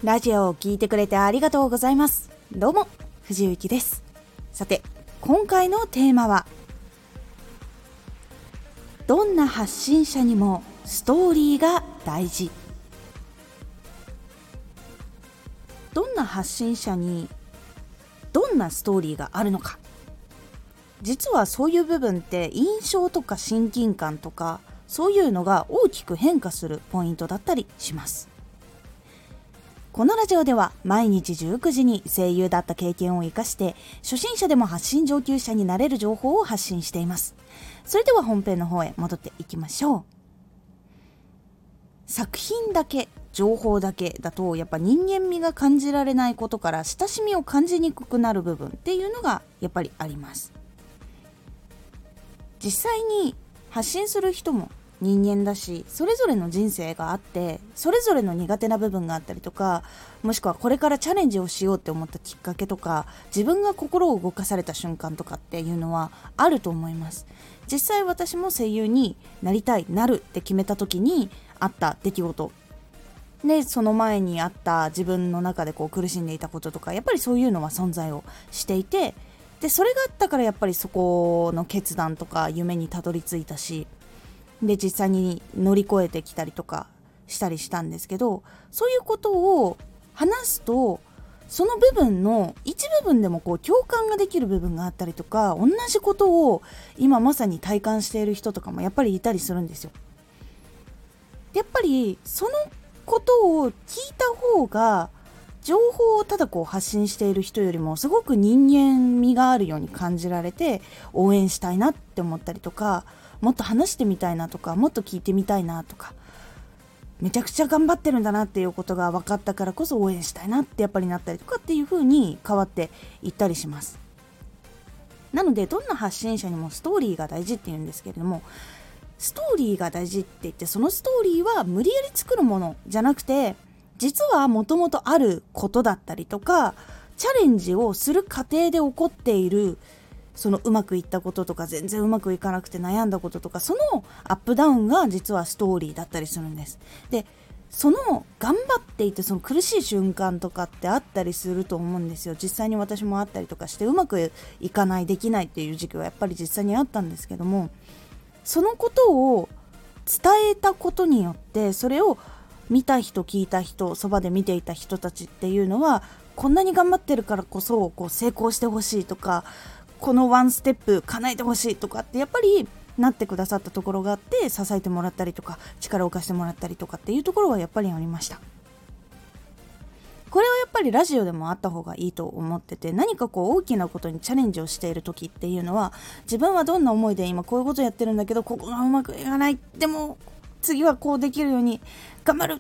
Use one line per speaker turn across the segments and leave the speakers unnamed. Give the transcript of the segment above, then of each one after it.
ラジオを聞いてくれてありがとうございます。どうも藤幸です。さて、今回のテーマは、どんな発信者にもストーリーが大事。どんな発信者にどんなストーリーがあるのか。実はそういう部分って印象とか親近感とか、そういうのが大きく変化するポイントだったりします。このラジオでは毎日19時に声優だった経験を生かして初心者でも発信上級者になれる情報を発信しています。それでは本編の方へ戻っていきましょう。作品だけ、情報だけだとやっぱ人間味が感じられないことから親しみを感じにくくなる部分っていうのがやっぱりあります。実際に発信する人も人間だし、それぞれの人生があって、それぞれの苦手な部分があったりとか、もしくはこれからチャレンジをしようって思ったきっかけとか、自分が心を動かされた瞬間とかっていうのはあると思います。実際私も声優になりたい、なるって決めた時にあった出来事で、その前にあった自分の中で苦しんでいたこととか、やっぱりそういうのは存在をしていて、でそれがあったからやっぱりそこの決断とか夢にたどり着いたし、で実際に乗り越えてきたりとかしたりしたんですけど、そういうことを話すと、その部分の一部分でも共感ができる部分があったりとか、同じことを今まさに体感している人とかもやっぱりいたりするんですよ。でやっぱりそのことを聞いた方が、情報をただ発信している人よりもすごく人間味があるように感じられて、応援したいなって思ったりとか、もっと話してみたいなとか、もっと聞いてみたいなとか、めちゃくちゃ頑張ってるんだなっていうことが分かったからこそ応援したいなってやっぱりなったりとかっていう風に変わっていったりします。なのでどんな発信者にもストーリーが大事っていうんですけれども、ストーリーが大事って言って、そのストーリーは無理やり作るものじゃなくて、実はもともとあることだったりとか、チャレンジをする過程で起こっている、そのうまくいったこととか全然うまくいかなくて悩んだこととか、そのアップダウンが実はストーリーだったりするんです。でその頑張っていて、その苦しい瞬間とかってあったりすると思うんですよ。実際に私もあったりとかして、うまくいかない、できないっていう時期はやっぱり実際にあったんですけども、そのことを伝えたことによって、それを見た人、聞いた人、そばで見ていた人たちっていうのは、こんなに頑張ってるからこそ成功してほしいとか、このワンステップ叶えてほしいとかってやっぱりなってくださったところがあって、支えてもらったりとか力を貸してもらったりとかっていうところはやっぱりありました。これはやっぱりラジオでもあった方がいいと思ってて、何か大きなことにチャレンジをしている時っていうのは、自分はどんな思いで今こういうことやってるんだけど、ここがうまくいかない、でも次はこうできるように頑張るって、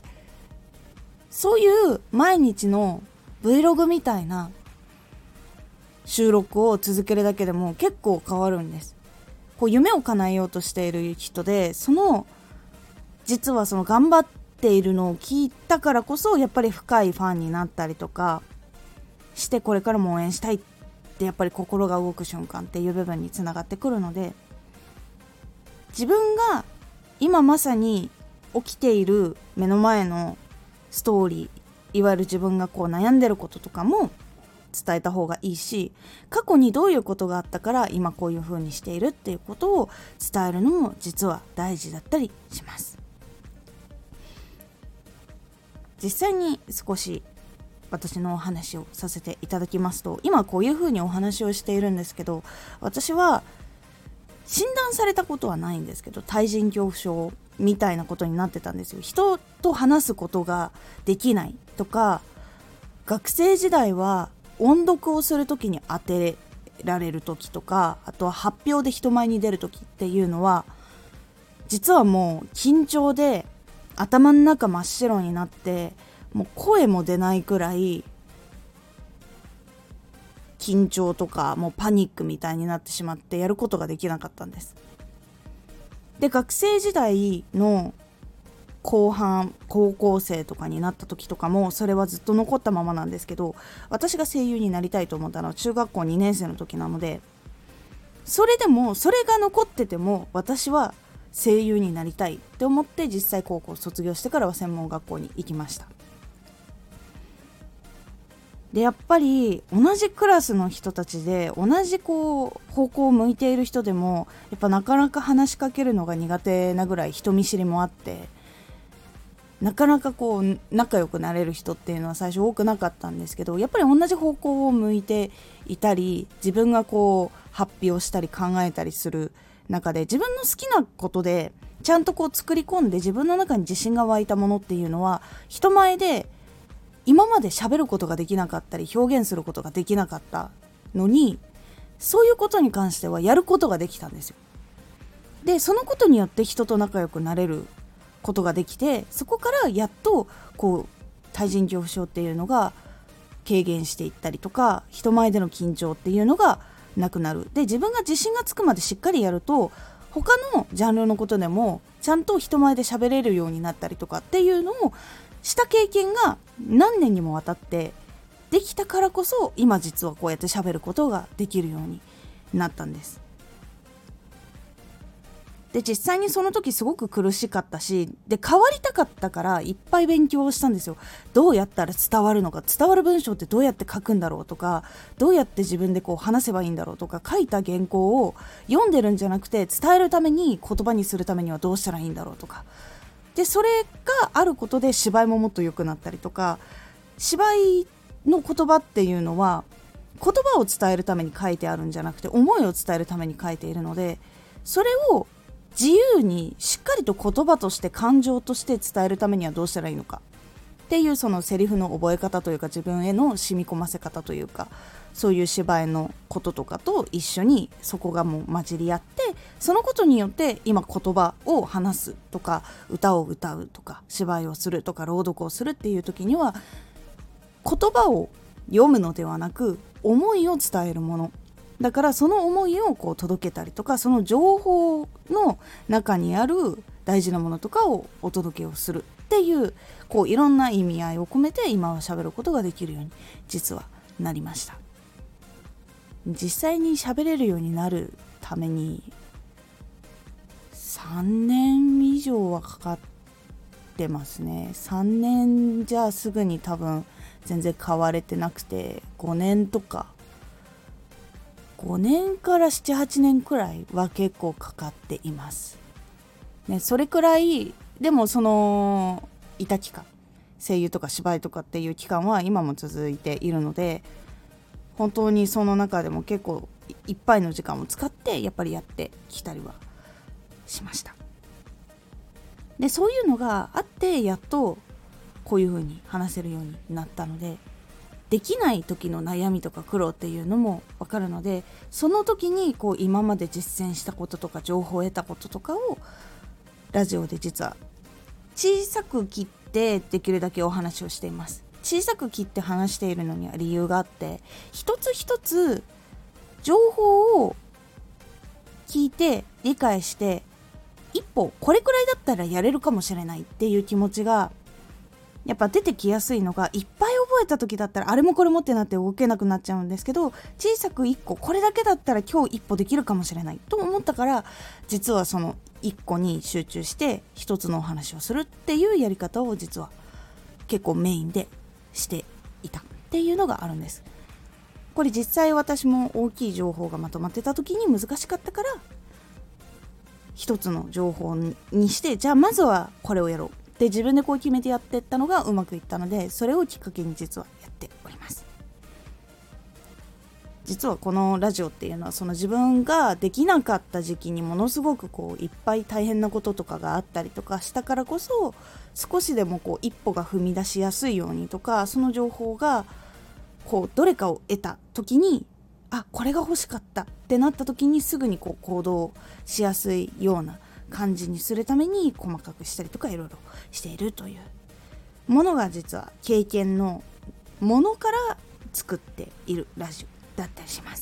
そういう毎日の Vlog みたいな収録を続けるだけでも結構変わるんです。夢を叶えようとしている人で、実はその頑張っているのを聞いたからこそ、やっぱり深いファンになったりとかして、これからも応援したいってやっぱり心が動く瞬間っていう部分につながってくるので、自分が今まさに起きている目の前のストーリー、いわゆる自分が悩んでることとかも伝えた方がいいし、過去にどういうことがあったから今こういう風にしているっていうことを伝えるのも実は大事だったりします。実際に少し私のお話をさせていただきますと、今こういう風にお話をしているんですけど、私は診断されたことはないんですけど、対人恐怖症みたいなことになってたんですよ。人と話すことができないとか、学生時代は音読をするときに当てられるときとか、あとは発表で人前に出るときっていうのは、実はもう緊張で頭の中真っ白になって、もう声も出ないくらい緊張とか、もうパニックみたいになってしまって、やることができなかったんです。で学生時代の後半、高校生とかになった時とかもそれはずっと残ったままなんですけど、私が声優になりたいと思ったのは中学校2年生の時なので、それでもそれが残ってても私は声優になりたいって思って、実際高校卒業してからは専門学校に行きました。 でやっぱり同じクラスの人たちで同じこう方向を向いている人でもやっぱなかなか話しかけるのが苦手なぐらい人見知りもあって、なかなかこう仲良くなれる人っていうのは最初多くなかったんですけど、やっぱり同じ方向を向いていたり、自分がこう発表したり考えたりする中で、自分の好きなことでちゃんとこう作り込んで自分の中に自信が湧いたものっていうのは、人前で今まで喋ることができなかったり表現することができなかったのに、そういうことに関してはやることができたんですよ。でそのことによって人と仲良くなれることができて、そこからやっとこう対人恐怖症っていうのが軽減していったりとか、人前での緊張っていうのがなくなる。で自分が自信がつくまでしっかりやると、他のジャンルのことでもちゃんと人前で喋れるようになったりとかっていうのをした経験が何年にもわたってできたからこそ、今実はこうやって喋ることができるようになったんです。で実際にその時すごく苦しかったし、で変わりたかったからいっぱい勉強したんですよ。どうやったら伝わるのか、伝わる文章ってどうやって書くんだろうとか、どうやって自分でこう話せばいいんだろうとか、書いた原稿を読んでるんじゃなくて伝えるために、言葉にするためにはどうしたらいいんだろうとか、でそれがあることで芝居ももっと良くなったりとか、芝居の言葉っていうのは言葉を伝えるために書いてあるんじゃなくて、思いを伝えるために書いているので、それを自由にしっかりと言葉として感情として伝えるためにはどうしたらいいのかっていう、そのセリフの覚え方というか、自分への染み込ませ方というか、そういう芝居のこととかと一緒にそこがもう混じり合って、そのことによって今言葉を話すとか、歌を歌うとか、芝居をするとか、朗読をするっていう時には、言葉を読むのではなく思いを伝えるものだから、その思いをこう届けたりとか、その情報の中にある大事なものとかをお届けをするっていう、こういろんな意味合いを込めて今は喋ることができるように実はなりました。実際に喋れるようになるために3年以上はかかってますね。3年じゃすぐに多分全然変われてなくて、5年とか5年から7、8年くらいは結構かかっています、ね、それくらいでもそのいた期間、声優とか芝居とかっていう期間は今も続いているので、本当にその中でも結構いっぱいの時間を使ってやっぱりやってきたりはしました。でそういうのがあってやっとこういう風に話せるようになったので、できない時の悩みとか苦労っていうのも分かるので、その時にこう今まで実践したこととか情報を得たこととかをラジオで実は小さく切ってできるだけお話をしています。小さく切って話しているのには理由があって、一つ一つ情報を聞いて理解して、一歩これくらいだったらやれるかもしれないっていう気持ちがやっぱ出てきやすいのが、いっぱい覚えた時だったらあれもこれもってなって動けなくなっちゃうんですけど、小さく1個これだけだったら今日一歩できるかもしれないと思ったから、実はその1個に集中して一つのお話をするっていうやり方を実は結構メインでしていたっていうのがあるんです。これ実際私も大きい情報がまとまってた時に難しかったから、一つの情報にして、じゃあまずはこれをやろうで自分でこう決めてやっていったのがうまくいったので、それをきっかけに実はやっております。実はこのラジオっていうのは、その自分ができなかった時期にものすごくこういっぱい大変なこととかがあったりとかしたからこそ、少しでもこう一歩が踏み出しやすいようにとか、その情報がこうどれかを得た時に、あ、これが欲しかったってなった時にすぐにこう行動しやすいような感じにするために細かくしたりとかいろいろしているというものが、実は経験のものから作っているラジオだったりします。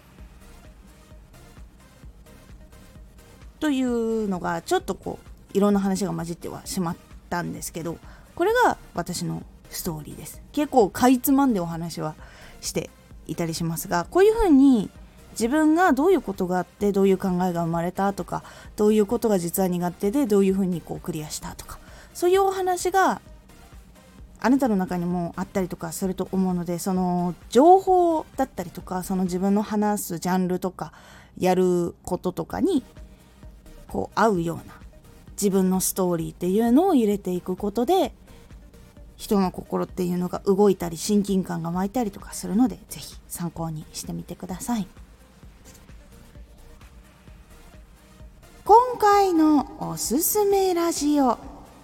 というのがちょっとこういろんな話が混じってはしまったんですけど、これが私のストーリーです。結構かいつまんでお話はしていたりしますが、こういうふうに自分がどういうことがあってどういう考えが生まれたとか、どういうことが実は苦手でどういうふうにこうクリアしたとか、そういうお話があなたの中にもあったりとかすると思うので、その情報だったりとか、その自分の話すジャンルとかやることとかにこう合うような自分のストーリーっていうのを入れていくことで、人の心っていうのが動いたり親近感が湧いたりとかするので、ぜひ参考にしてみてください。今回のおすすめラジオ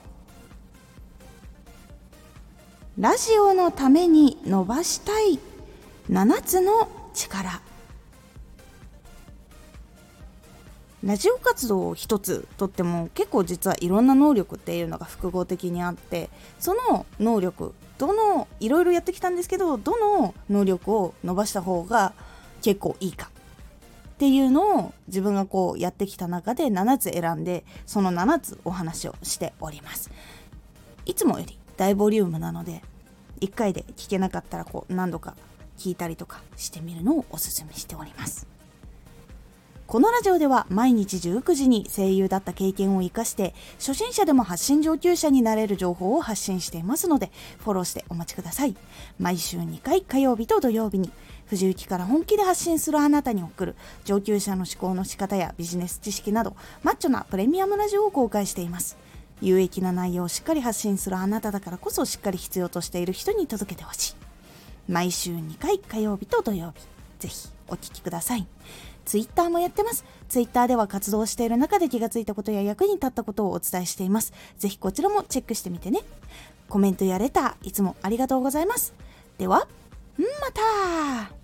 のために伸ばしたい7つの力。ラジオ活動を一つとっても結構実はいろんな能力っていうのが複合的にあって、その能力いろいろやってきたんですけど、どの能力を伸ばした方が結構いいかっていうのを自分がこうやってきた中で7つ選んで、その7つお話をしております。いつもより大ボリュームなので、1回で聞けなかったらこう何度か聞いたりとかしてみるのをおすすめしております。このラジオでは毎日19時に声優だった経験を生かして初心者でも発信上級者になれる情報を発信していますので、フォローしてお待ちください。毎週2回、火曜日と土曜日に藤雪から本気で発信するあなたに送る上級者の思考の仕方やビジネス知識などマッチョなプレミアムラジオを公開しています。有益な内容をしっかり発信するあなただからこそ、しっかり必要としている人に届けてほしい。毎週2回、火曜日と土曜日、ぜひお聞きください。ツイッターもやってます。ツイッターでは活動している中で気がついたことや役に立ったことをお伝えしています。ぜひこちらもチェックしてみてね。コメントやレターいつもありがとうございます。ではまた。